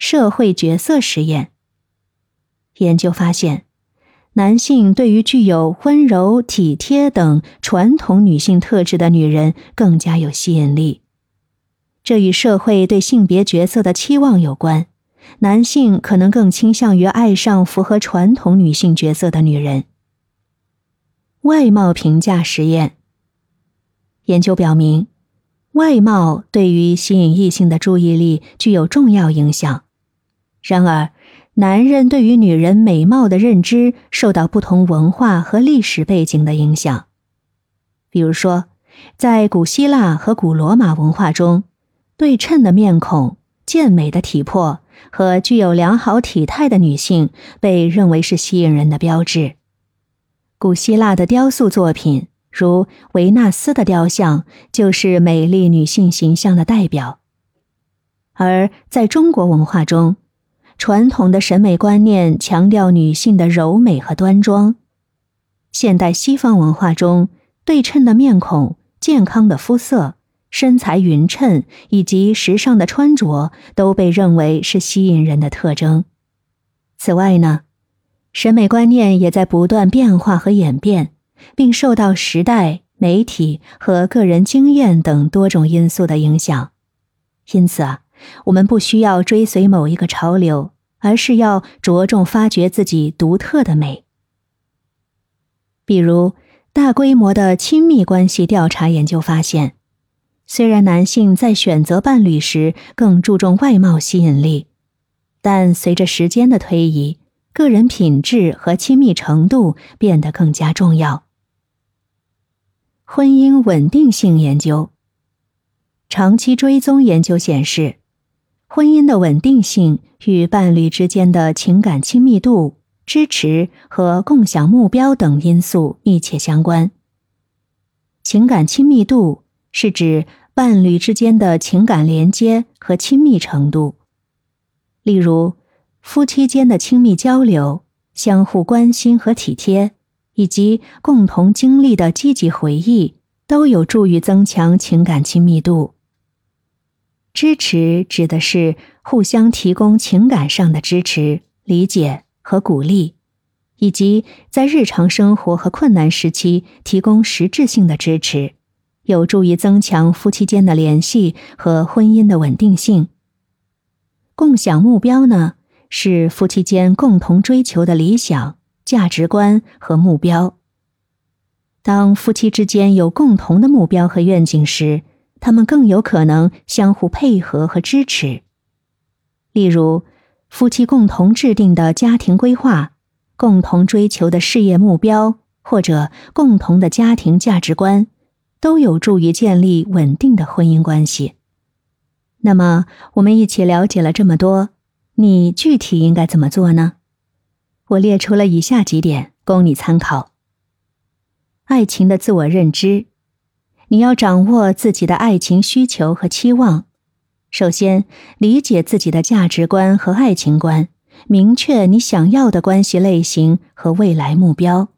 社会角色实验。研究发现，男性对于具有温柔、体贴等传统女性特质的女人更加有吸引力。这与社会对性别角色的期望有关，男性可能更倾向于爱上符合传统女性角色的女人。外貌评价实验。研究表明，外貌对于吸引异性的注意力具有重要影响。然而，男人对于女人美貌的认知受到不同文化和历史背景的影响。比如说，在古希腊和古罗马文化中，对称的面孔、健美的体魄和具有良好体态的女性被认为是吸引人的标志。古希腊的雕塑作品，如维纳斯的雕像，就是美丽女性形象的代表。而在中国文化中，传统的审美观念强调女性的柔美和端庄。现代西方文化中，对称的面孔、健康的肤色、身材匀称以及时尚的穿着都被认为是吸引人的特征。此外呢，审美观念也在不断变化和演变，并受到时代、媒体和个人经验等多种因素的影响。因此我们不需要追随某一个潮流，而是要着重发掘自己独特的美。比如，大规模的亲密关系调查研究发现，虽然男性在选择伴侣时更注重外貌吸引力，但随着时间的推移，个人品质和亲密程度变得更加重要。婚姻稳定性研究。长期追踪研究显示，婚姻的稳定性与伴侣之间的情感亲密度、支持和共享目标等因素密切相关。情感亲密度是指伴侣之间的情感连接和亲密程度。例如，夫妻间的亲密交流、相互关心和体贴，以及共同经历的积极回忆，都有助于增强情感亲密度。支持指的是互相提供情感上的支持、理解和鼓励，以及在日常生活和困难时期提供实质性的支持，有助于增强夫妻间的联系和婚姻的稳定性。共享目标呢，是夫妻间共同追求的理想、价值观和目标。当夫妻之间有共同的目标和愿景时，他们更有可能相互配合和支持。例如，夫妻共同制定的家庭规划、共同追求的事业目标，或者共同的家庭价值观，都有助于建立稳定的婚姻关系。那么，我们一起了解了这么多，你具体应该怎么做呢？我列出了以下几点供你参考。爱情的自我认知。你要掌握自己的爱情需求和期望。首先，理解自己的价值观和爱情观，明确你想要的关系类型和未来目标。